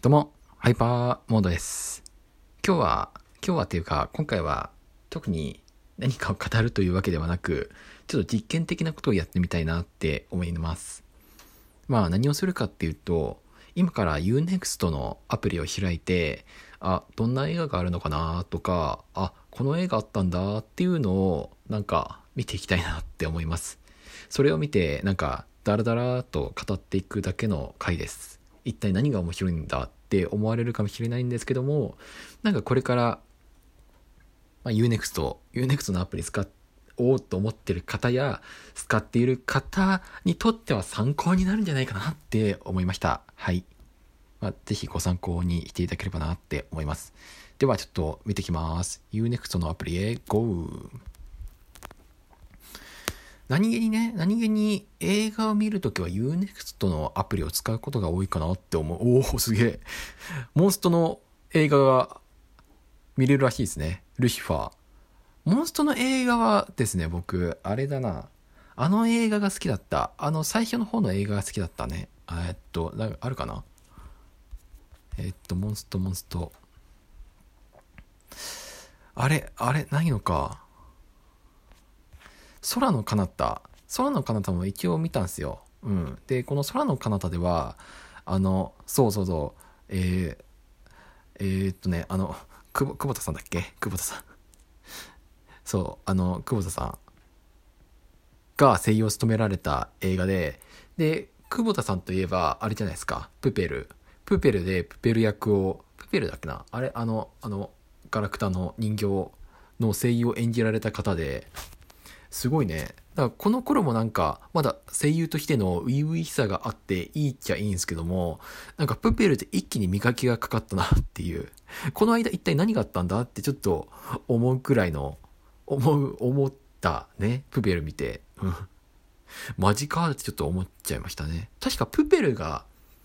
どうも、ハイパーモードです。今日はっていうか、今回は特に何かを語るというわけではなく、ちょっと実験的なことをやってみたいなって思います。何をするかっていうと、今から Unext のアプリを開いて、どんな映画があるのかなとか、この映画あったんだっていうのを見ていきたいなって思います。それを見て、ダラダラと語っていくだけの回です。一体何が面白いんだって思われるかもしれないんですけども、これから、Unext のアプリ使おうと思ってる方や使っている方にとっては参考になるんじゃないかなって思いました。はい。ぜひご参考にしていただければなって思います。ではちょっと見てきます。Unext のアプリへ GO！何気に映画を見るときは Unext のアプリを使うことが多いかなって思う。すげえ。モンストの映画が見れるらしいですね。ルシファー。モンストの映画はですね、僕、あれだな。あの映画が好きだった。最初の方の映画が好きだったね。あるかな。モンスト。あれ、ないのか。空の彼方も一応見たんですよ。で、この空の彼方では、そう。久保田さんだっけ久保田さん。そう、久保田さんが声優を務められた映画で、久保田さんといえば、あれじゃないですか。プペルでプペル役を、プペルだっけなガラクタの人形の声優を演じられた方で、すごいね。だからこの頃もまだ声優としての初々しさがあっていいっちゃいいんですけども、プペルで一気に磨きがかかったなっていう。この間一体何があったんだってちょっと思うくらいの、思ったね。プペル見て。マジかってちょっと思っちゃいましたね。確かプペルが、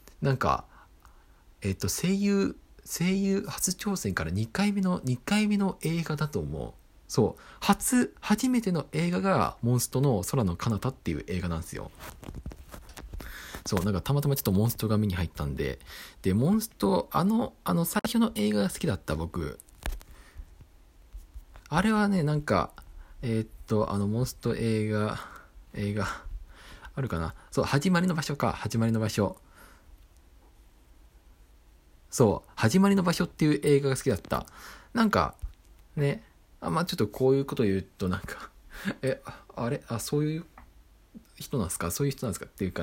声優初挑戦から2回目の映画だと思う。そう。初めての映画がモンストの空の彼方っていう映画なんですよ。そう、たまたまちょっとモンストが目に入ったんで、で、モンスト、最初の映画が好きだった僕。あれはね、モンスト映画、あるかな。そう、始まりの場所。そう、始まりの場所っていう映画が好きだった。ね、ちょっとこういうこと言うとそういう人なんですかっていうか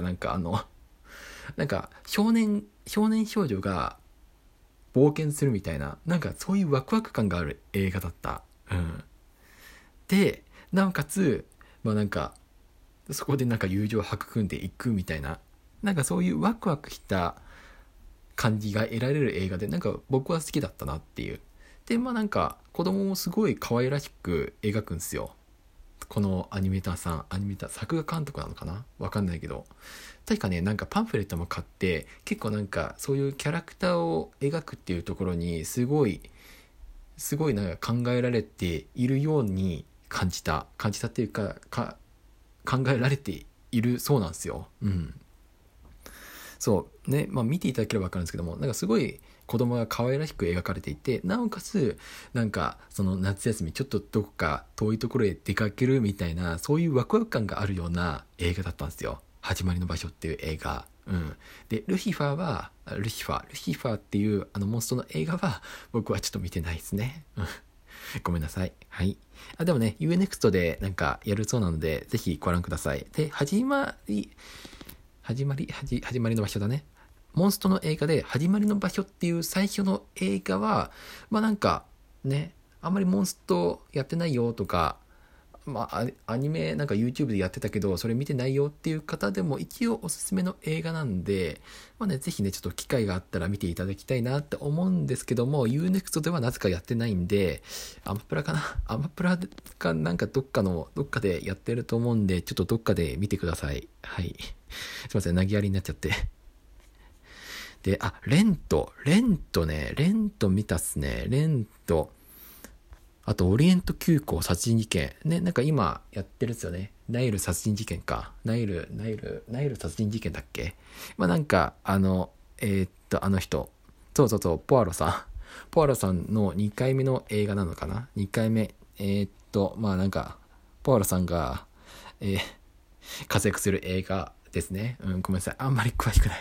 少年少女が冒険するみたいな、そういうワクワク感がある映画だった。で、なおかつ、そこで友情を育んでいくみたいな、そういうワクワクした感じが得られる映画で、僕は好きだったなっていう。で、子供もすごい可愛らしく描くんですよ。このアニメーター、作画監督なのかなわかんないけど。確かね、パンフレットも買って、結構そういうキャラクターを描くっていうところに、すごい考えられているように感じたっていうか、考えられているそうなんですよ。そうね、見ていただければ分かるんですけども、すごい子供が可愛らしく描かれていて、なおかつその夏休みちょっとどこか遠いところへ出かけるみたいな、そういうワクワク感があるような映画だったんですよ。始まりの場所っていう映画。で、ルシファーっていうモンストの映画は僕はちょっと見てないですね。ごめんなさい。はい。でもね、Unext でやるそうなので、ぜひご覧ください。で、始まりの場所だね。モンストの映画で始まりの場所っていう最初の映画は、ね、あんまりモンストやってないよとか、アニメYouTube でやってたけど、それ見てないよっていう方でも一応おすすめの映画なんで、ぜひね、ちょっと機会があったら見ていただきたいなって思うんですけども、Unext ではなぜかやってないんで、アマプラかどっかでやってると思うんで、ちょっとどっかで見てください。はい。すいません、投げやりになっちゃって。で、レント見たっすね。あと、オリエント急行殺人事件。ね、今やってるっすよね。ナイル殺人事件か。ナイル殺人事件だっけ。あの人、 そうそうそう、ポアロさんの2回目の映画なのかな。2回目。まあなんか、ポアロさんが、活躍する映画ですね。ごめんなさい。あんまり詳しくない。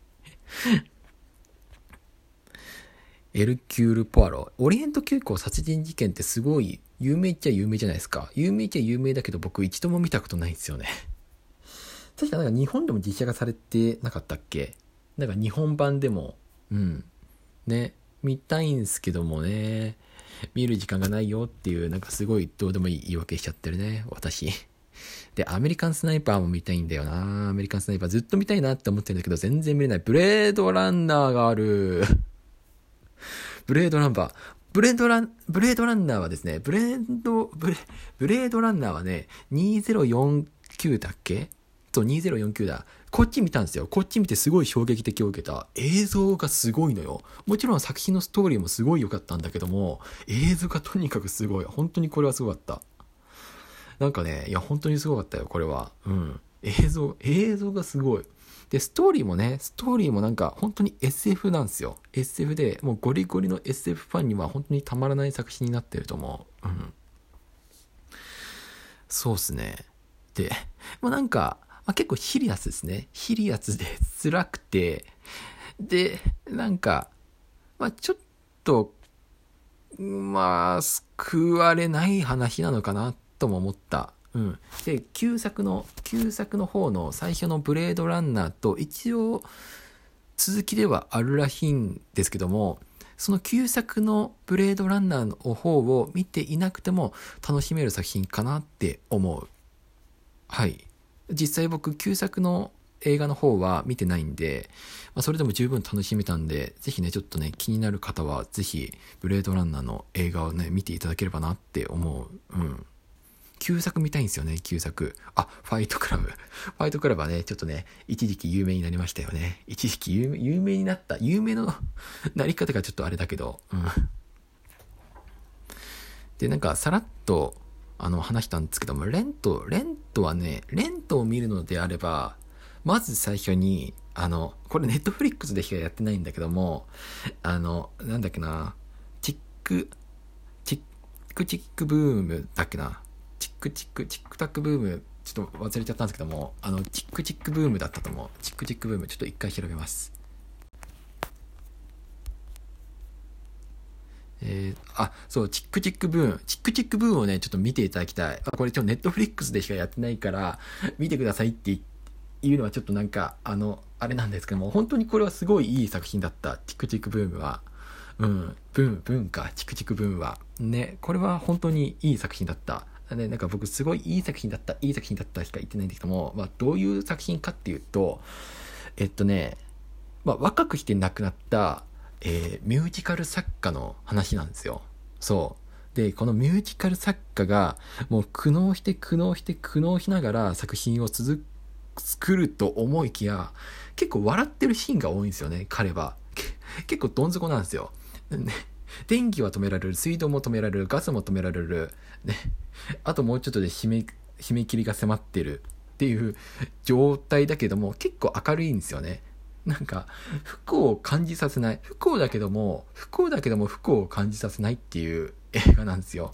エルキュール・ポアロ。オリエント急行殺人事件ってすごい有名っちゃ有名じゃないですか。有名っちゃ有名だけど僕一度も見たことないんですよね。確かなんか日本でも実写化されてなかったっけ？なんか日本版でも、ね、見たいんですけどもね、見る時間がないよっていう、なんかすごいどうでもいい言い訳しちゃってるね、私。で、アメリカンスナイパーも見たいんだよな。アメリカンスナイパーずっと見たいなって思ってるんだけど、全然見れない。ブレードランナーがある。ブレードランナーはですね、ブレードランナーはね、2049だっけ？そう、2049だ。こっち見たんですよ。こっち見てすごい衝撃的を受けた。映像がすごいのよ。もちろん作品のストーリーもすごい良かったんだけども、映像がとにかくすごい。本当にこれはすごかった。なんかね、いや本当にすごかったよ、これは。映像がすごい。で、ストーリーもなんか本当に SF なんですよ。SF で、もうゴリゴリの SF ファンには本当にたまらない作品になってると思う。そうっすね。で、もうなんか、結構シリアスですね。シリアスで辛くて、で、なんか、ちょっと、救われない話なのかなとも思った。で、旧作の方の最初のブレードランナーと一応続きではあるらしいんですけども、その旧作のブレードランナーの方を見ていなくても楽しめる作品かなって思う。はい。実際僕旧作の映画の方は見てないんで、それでも十分楽しめたんで、ぜひね、ちょっとね、気になる方はぜひブレードランナーの映画をね、見ていただければなって思う。旧作見たいんですよね、旧作。ファイトクラブ。ファイトクラブはね、ちょっとね、一時期有名になりましたよね。一時期有名になった。有名のなり方がちょっとあれだけど。で、なんか、さらっと、話したんですけども、レントを見るのであれば、まず最初に、これネットフリックスでしかやってないんだけども、なんだっけな、チックブームだっけな、チックタックブーム、ちょっと忘れちゃったんですけども、チックブームだったと思う。チックブーム、ちょっと一回調べます。そう、チックブームをね、ちょっと見ていただきたい。これネットフリックスでしかやってないから、見てくださいっていうのはちょっとなんか、あれなんですけども、本当にこれはすごいいい作品だった。チックブームは。チックブームは。ね、これは本当にいい作品だった。ね、なんか僕すごいいい作品だったしか言ってないんですけども、どういう作品かっていうと、若くして亡くなった、ミュージカル作家の話なんですよ。そう。で、このミュージカル作家が、もう苦悩しながら作品を作ると思いきや、結構笑ってるシーンが多いんですよね、彼は。結構どん底なんですよ。ね、電気は止められる、水道も止められる、ガスも止められる、ね、あともうちょっとで締め切りが迫ってるっていう状態だけども、結構明るいんですよね。なんか不幸を感じさせない、不幸だけども不幸を感じさせないっていう映画なんですよ。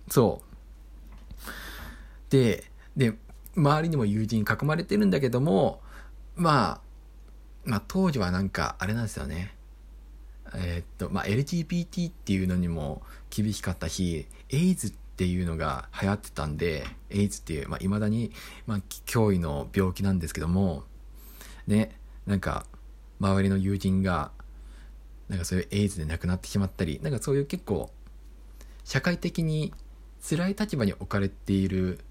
そうで周りにも友人に囲まれてるんだけども、当時はなんかあれなんですよね。LGBT っていうのにも厳しかったし、エイズっていうのが流行ってたんで、エイズっていう、未だに、脅威の病気なんですけども、ね、なんか、周りの友人が、なんかそういうエイズで亡くなってしまったり、なんかそういう結構、社会的に辛い立場に置かれている、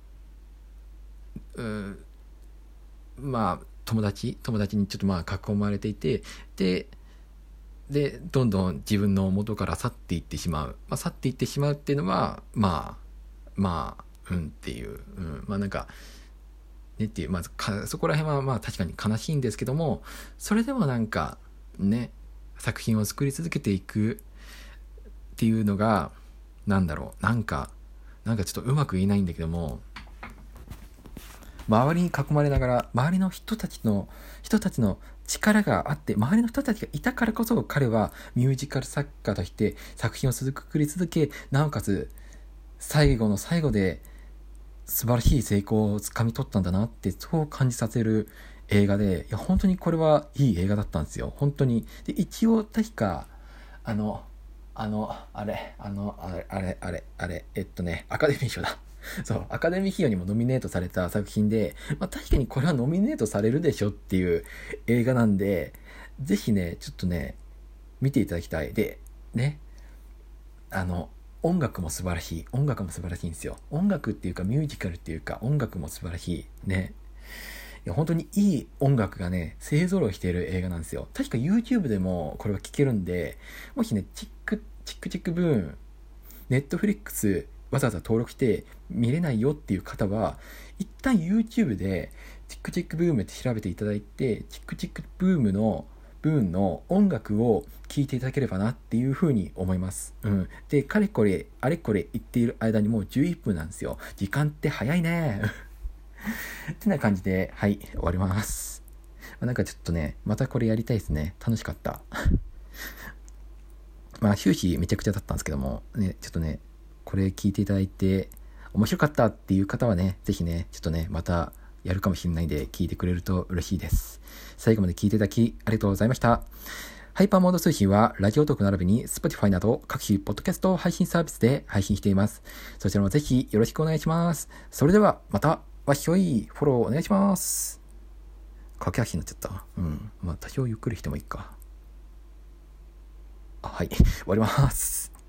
友達にちょっと囲まれていて、でどんどん自分の元から去っていってしまう、っていうのはっていう、なんかねっていう、そこら辺は確かに悲しいんですけども、それでもなんかね、作品を作り続けていくっていうのがなんかちょっとうまく言えないんだけども、周りに囲まれながら、周りの人たちの力があって周りの人たちがいたからこそ彼はミュージカル作家として作品を作り続け、なおかつ最後の最後で素晴らしい成功をつかみ取ったんだなってそう感じさせる映画で、いや本当にこれはいい映画だったんですよ本当に。で一応確かアカデミー賞だそうアカデミー賞にもノミネートされた作品で、確かにこれはノミネートされるでしょっていう映画なんで、ぜひねちょっとね見ていただきたい。でね、音楽も素晴らしいんですよ。音楽っていうかミュージカルっていうか音楽も素晴らしいね。いや本当にいい音楽がね勢ぞろいしている映画なんですよ。確か YouTube でもこれは聴けるんで、もしねチックブーンNetflix わざわざ登録して見れないよっていう方は一旦 YouTube でチックブームって調べていただいて、チックブーンの音楽を聴いていただければなっていうふうに思います。であれこれ言っている間にもう11分なんですよ。時間って早いねってな感じではい終わります。なんかちょっとねまたこれやりたいですね。楽しかった終始めちゃくちゃだったんですけどもね、ちょっとねこれ聞いていただいて面白かったっていう方はねぜひねちょっとねまたやるかもしれないんで聞いてくれると嬉しいです。最後まで聞いていただきありがとうございました。ハイパーモード通信はラジオトーク並びに Spotify など各種ポッドキャスト配信サービスで配信しています。そちらもぜひよろしくお願いします。それではまたわっしょいフォローお願いします。駆け足になっちゃった。多少ゆっくりしてもいいか。はい終わります。